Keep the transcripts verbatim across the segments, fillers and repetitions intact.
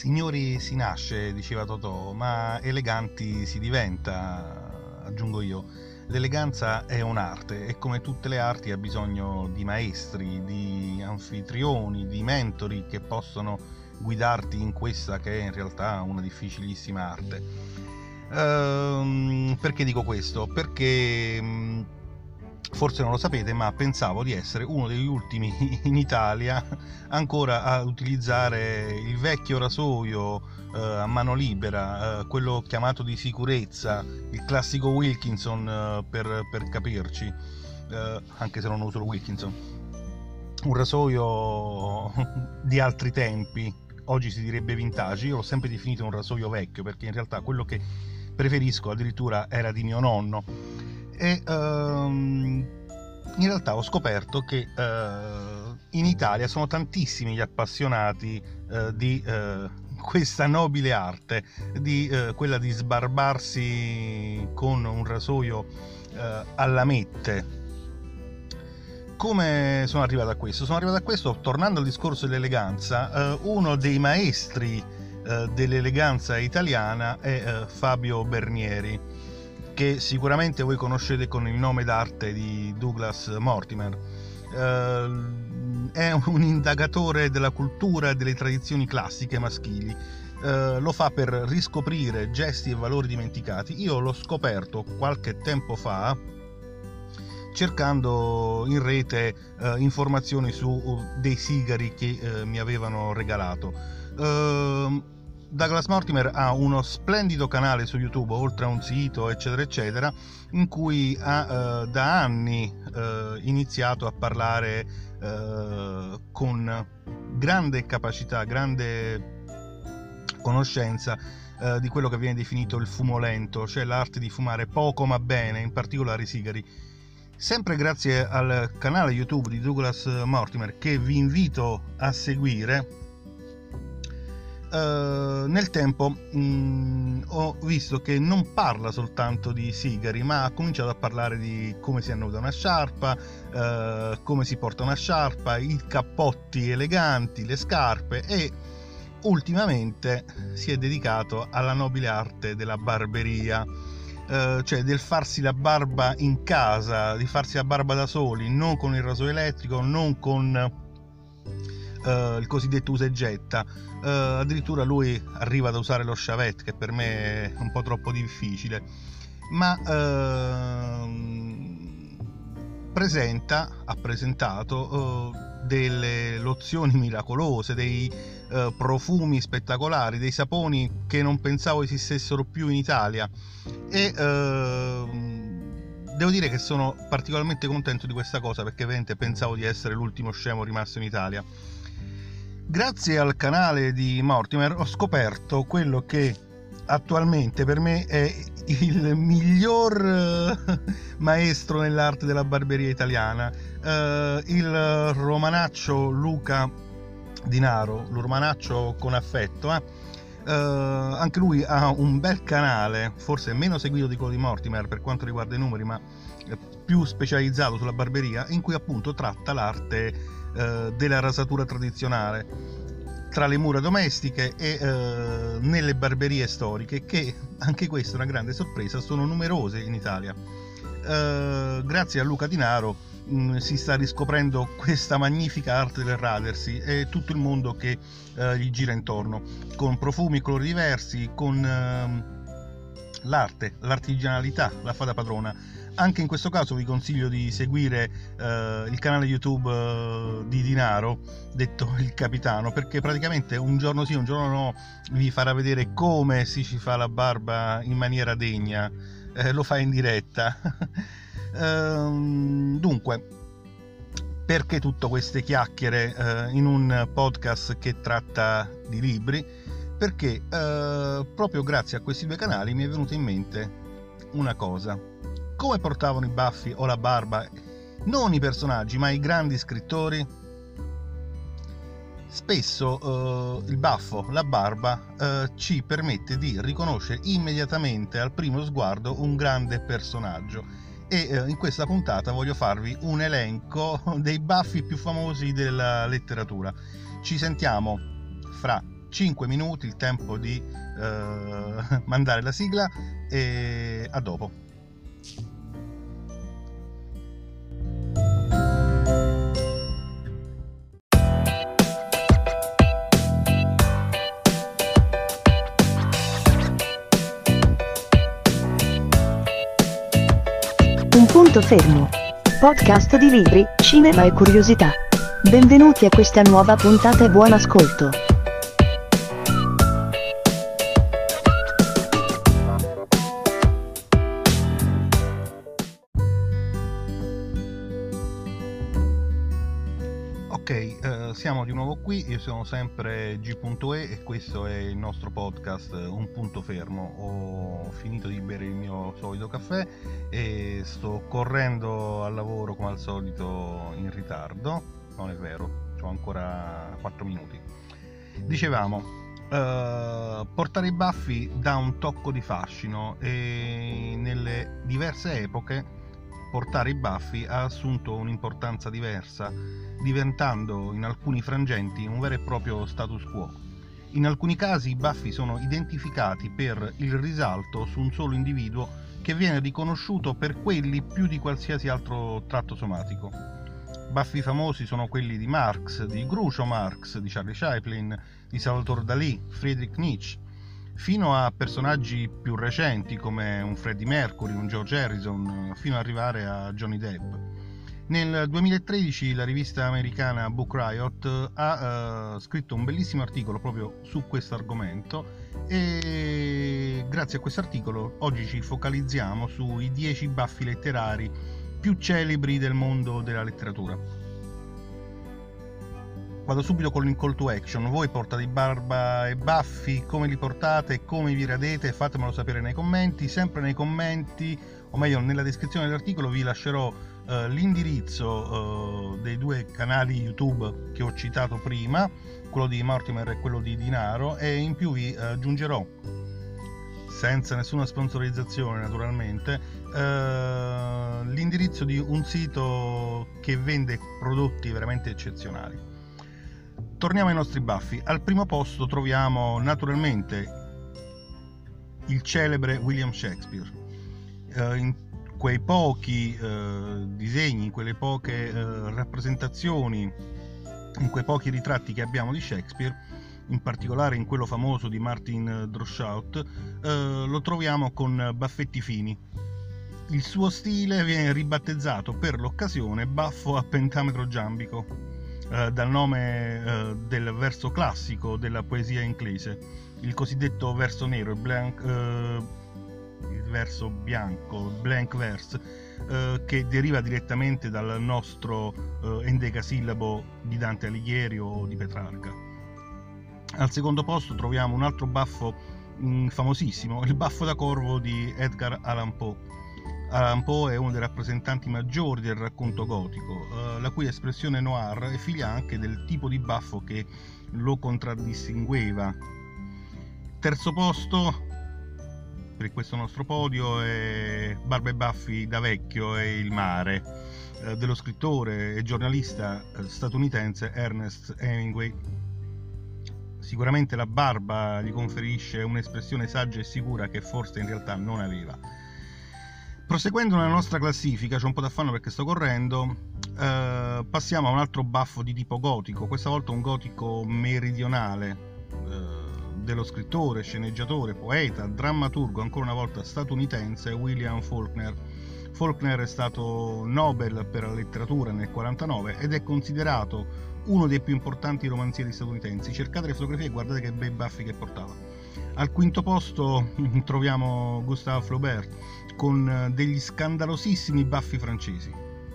Signori si nasce, diceva Totò, ma eleganti si diventa, aggiungo io. L'eleganza è un'arte e come tutte le arti ha bisogno di maestri, di anfitrioni, di mentori che possono guidarti in questa che è in realtà una difficilissima arte. Ehm, perché dico questo? Perché mh, forse non lo sapete, ma pensavo di essere uno degli ultimi in Italia ancora a utilizzare il vecchio rasoio eh, a mano libera, eh, quello chiamato di sicurezza, il classico Wilkinson, eh, per, per capirci, eh, anche se non uso il Wilkinson. Un rasoio di altri tempi, oggi si direbbe vintage. Io l'ho sempre definito un rasoio vecchio perché in realtà quello che preferisco addirittura era di mio nonno. E um, in realtà ho scoperto che uh, in Italia sono tantissimi gli appassionati uh, di uh, questa nobile arte, di uh, quella di sbarbarsi con un rasoio uh, a lamette. Come sono arrivato a questo? Sono arrivato a questo tornando al discorso dell'eleganza. Uh, uno dei maestri uh, dell'eleganza italiana è uh, Fabio Bernieri, che sicuramente voi conoscete con il nome d'arte di Douglas Mortimer. Uh, è un indagatore della cultura e delle tradizioni classiche maschili. Uh, lo fa per riscoprire gesti e valori dimenticati. Io l'ho scoperto qualche tempo fa cercando in rete uh, informazioni su uh, dei sigari che uh, mi avevano regalato. Uh, Douglas Mortimer ha uno splendido canale su YouTube, oltre a un sito, eccetera, eccetera, in cui ha uh, da anni uh, iniziato a parlare uh, con grande capacità, grande conoscenza uh, di quello che viene definito il fumo lento, cioè l'arte di fumare poco ma bene, in particolare i sigari. Sempre grazie al canale YouTube di Douglas Mortimer, che vi invito a seguire, Uh, nel tempo mh, ho visto che non parla soltanto di sigari, ma ha cominciato a parlare di come si annoda una sciarpa, uh, come si porta una sciarpa, i cappotti eleganti, le scarpe, e ultimamente si è dedicato alla nobile arte della barberia, uh, cioè del farsi la barba in casa, di farsi la barba da soli, non con il rasoio elettrico, non con Uh, il cosiddetto usa e getta. Uh, addirittura lui arriva ad usare lo chavette, che per me è un po' troppo difficile, ma uh, presenta, ha presentato uh, delle lozioni miracolose, dei uh, profumi spettacolari, dei saponi che non pensavo esistessero più in Italia, e uh, devo dire che sono particolarmente contento di questa cosa, perché veramente pensavo di essere l'ultimo scemo rimasto in Italia. Grazie al canale di Mortimer ho scoperto quello che attualmente per me è il miglior maestro nell'arte della barberia italiana, uh, il romanaccio Luca Dinaro, lo romanaccio con affetto. Eh? Uh, anche lui ha un bel canale, forse meno seguito di quello di Mortimer per quanto riguarda i numeri, ma più specializzato sulla barberia, in cui appunto tratta l'arte della rasatura tradizionale tra le mura domestiche e uh, nelle barberie storiche, che anche questa è una grande sorpresa, sono numerose in Italia. Uh, grazie a Luca Dinaro mh, si sta riscoprendo questa magnifica arte del radersi e tutto il mondo che uh, gli gira intorno, con profumi e colori diversi, con uh, l'arte, l'artigianalità, la fa da padrona. Anche in questo caso vi consiglio di seguire uh, il canale YouTube uh, di Dinaro, detto il Capitano, perché praticamente un giorno sì, un giorno no, vi farà vedere come si ci fa la barba in maniera degna, eh, lo fa in diretta. uh, dunque, perché tutte queste chiacchiere uh, in un podcast che tratta di libri? Perché uh, proprio grazie a questi due canali mi è venuta in mente una cosa: come portavano i baffi o la barba non i personaggi ma i grandi scrittori? Spesso eh, il baffo, la barba eh, ci permette di riconoscere immediatamente al primo sguardo un grande personaggio, e eh, in questa puntata voglio farvi un elenco dei baffi più famosi della letteratura. Ci sentiamo fra cinque minuti, il tempo di uh, mandare la sigla, e a dopo. Un punto fermo. Podcast di libri, cinema e curiosità. Benvenuti a questa nuova puntata e buon ascolto. Ok, eh, siamo di nuovo qui, io sono sempre G.E e questo è il nostro podcast Un punto fermo. Ho finito di bere il mio solito caffè e sto correndo al lavoro come al solito in ritardo. Non è vero, ho ancora quattro minuti. Dicevamo, eh, portare i baffi dà un tocco di fascino e nelle diverse epoche portare i baffi ha assunto un'importanza diversa, diventando in alcuni frangenti un vero e proprio status quo. In alcuni casi i baffi sono identificati per il risalto su un solo individuo che viene riconosciuto per quelli più di qualsiasi altro tratto somatico. Baffi famosi sono quelli di Marx, di Groucho Marx, di Charlie Chaplin, di Salvador Dalì, Friedrich Nietzsche, fino a personaggi più recenti come un Freddie Mercury, un George Harrison, fino ad arrivare a Johnny Depp. Nel duemilatredici la rivista americana Book Riot ha uh, scritto un bellissimo articolo proprio su questo argomento e grazie a questo articolo oggi ci focalizziamo sui dieci baffi letterari più celebri del mondo della letteratura. Vado subito con il call to action. Voi portate barba e baffi? Come li portate? Come vi radete? Fatemelo sapere nei commenti. Sempre nei commenti, o meglio nella descrizione dell'articolo, vi lascerò uh, l'indirizzo uh, dei due canali YouTube che ho citato prima, quello di Mortimer e quello di Dinaro, e in più vi aggiungerò, senza nessuna sponsorizzazione naturalmente, uh, l'indirizzo di un sito che vende prodotti veramente eccezionali. Torniamo ai nostri baffi. Al primo posto troviamo naturalmente il celebre William Shakespeare. Uh, in quei pochi uh, disegni, in quelle poche uh, rappresentazioni, in quei pochi ritratti che abbiamo di Shakespeare, in particolare in quello famoso di Martin Droeshout, uh, lo troviamo con baffetti fini. Il suo stile viene ribattezzato per l'occasione baffo a pentametro giambico, Uh, dal nome uh, del verso classico della poesia inglese, il cosiddetto verso nero, il, blank, uh, il verso bianco, il blank verse, uh, che deriva direttamente dal nostro uh, endecasillabo di Dante Alighieri o di Petrarca. Al secondo posto troviamo un altro baffo mh, famosissimo, il baffo da corvo di Edgar Allan Poe. Allan Poe è uno dei rappresentanti maggiori del racconto gotico, eh, la cui espressione noir è figlia anche del tipo di baffo che lo contraddistingueva. Terzo posto per questo nostro podio è Barba e baffi da vecchio e il mare, eh, dello scrittore e giornalista eh, statunitense Ernest Hemingway. Sicuramente la barba gli conferisce un'espressione saggia e sicura che forse in realtà non aveva. Proseguendo nella nostra classifica, c'è un po' d'affanno perché sto correndo, eh, passiamo a un altro baffo di tipo gotico, questa volta un gotico meridionale, eh, dello scrittore, sceneggiatore, poeta, drammaturgo, ancora una volta statunitense, William Faulkner. Faulkner è stato Nobel per la letteratura nel millenovecentoquarantanove ed è considerato uno dei più importanti romanzieri statunitensi. Cercate le fotografie e guardate che bei baffi che portava. Al quinto posto troviamo Gustave Flaubert con degli scandalosissimi baffi francesi.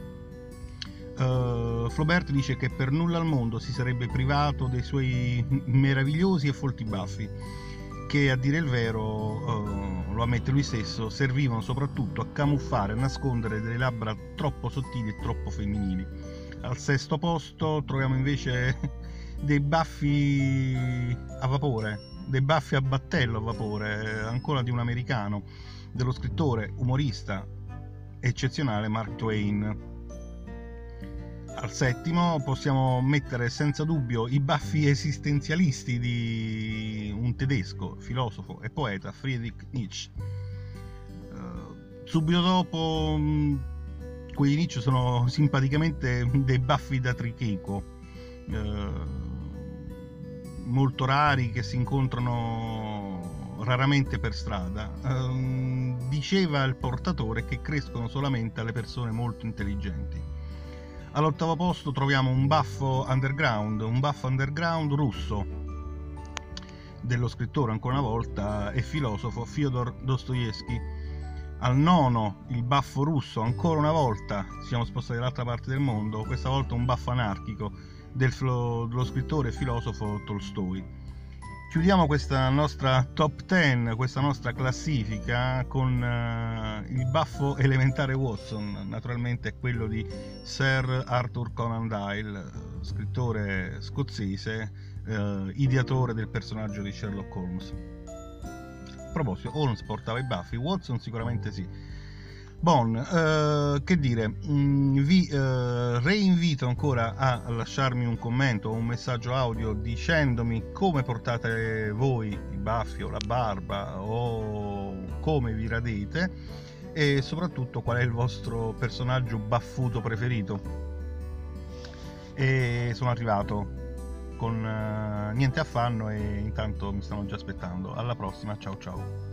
Uh, Flaubert dice che per nulla al mondo si sarebbe privato dei suoi meravigliosi e folti baffi, che a dire il vero, uh, lo ammette lui stesso, servivano soprattutto a camuffare, a nascondere delle labbra troppo sottili e troppo femminili. Al sesto posto troviamo invece dei baffi a vapore, dei baffi a battello a vapore, ancora di un americano, dello scrittore, umorista eccezionale Mark Twain. al settimo possiamo mettere senza dubbio i baffi esistenzialisti di un tedesco, filosofo e poeta, Friedrich Nietzsche. Uh, subito dopo mh, quelli di Nietzsche sono simpaticamente dei baffi da tricheco, uh, molto rari, che si incontrano raramente per strada. Uh, diceva il portatore che crescono solamente alle persone molto intelligenti. All'ottavo posto troviamo un baffo underground, un baffo underground russo dello scrittore, ancora una volta, e filosofo Fyodor Dostoevsky. Al nono il baffo russo, ancora una volta siamo spostati dall'altra parte del mondo, questa volta un baffo anarchico del filo, dello scrittore e filosofo Tolstoi. Chiudiamo questa nostra top dieci, questa nostra classifica, con uh, il baffo elementare Watson, naturalmente è quello di Sir Arthur Conan Doyle, scrittore scozzese, uh, ideatore del personaggio di Sherlock Holmes. A proposito, Holmes portava i baffi, Watson sicuramente sì. Bon, uh, che dire, mh, vi uh, reinvito ancora a lasciarmi un commento o un messaggio audio dicendomi come portate voi i baffi o la barba, o come vi radete, e soprattutto qual è il vostro personaggio baffuto preferito. E sono arrivato con uh, niente affanno, e intanto mi stanno già aspettando. Alla prossima, ciao ciao.